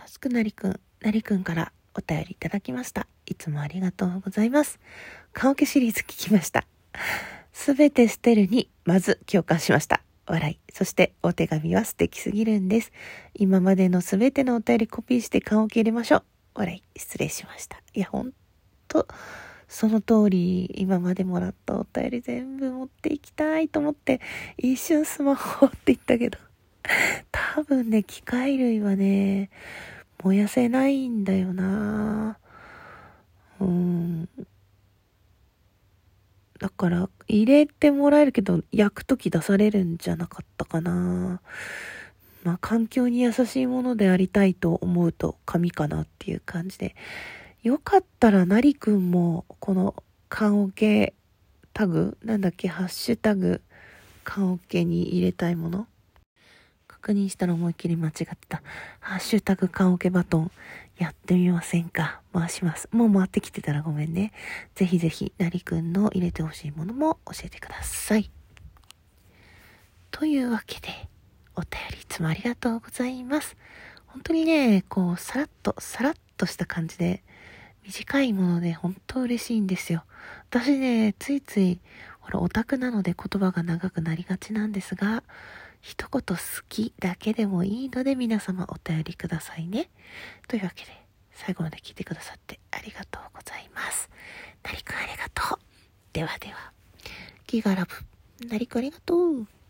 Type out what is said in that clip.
タスクなりくんからお便りいただきました。いつもありがとうございます。棺桶シリーズ聞きました。すべて捨てるにまず共感しました。笑い。そしてお手紙は素敵すぎるんです。今までのすべてのお便りコピーして棺桶入れましょう。笑い。失礼しました。いや、ほんとその通り、今までもらったお便り全部持っていきたいと思って一瞬スマホって言ったけど、多分ね、機械類はね、燃やせないんだよな。だから入れてもらえるけど焼くとき出されるんじゃなかったかな。まあ環境に優しいものでありたいと思うと紙かなっていう感じで、よかったらなりくんもこの棺桶タグなんだっけ、ハッシュタグ棺桶に入れたいもの確認したら思いっきり間違ってた。ハッシュタグ棺桶バトンやってみませんか。回します。もう回ってきてたらごめんね。ぜひぜひなりくんの入れてほしいものも教えてください。というわけでお便りいつもありがとうございます。本当にね、こうさらっとした感じで短いもので本当嬉しいんですよ。私ね、ついついオタクなので言葉が長くなりがちなんですが、一言好きだけでもいいので皆様お便りくださいね。というわけで最後まで聞いてくださってありがとうございます。なりくんありがとう。ではでは、ギガラブ、なりくんありがとう。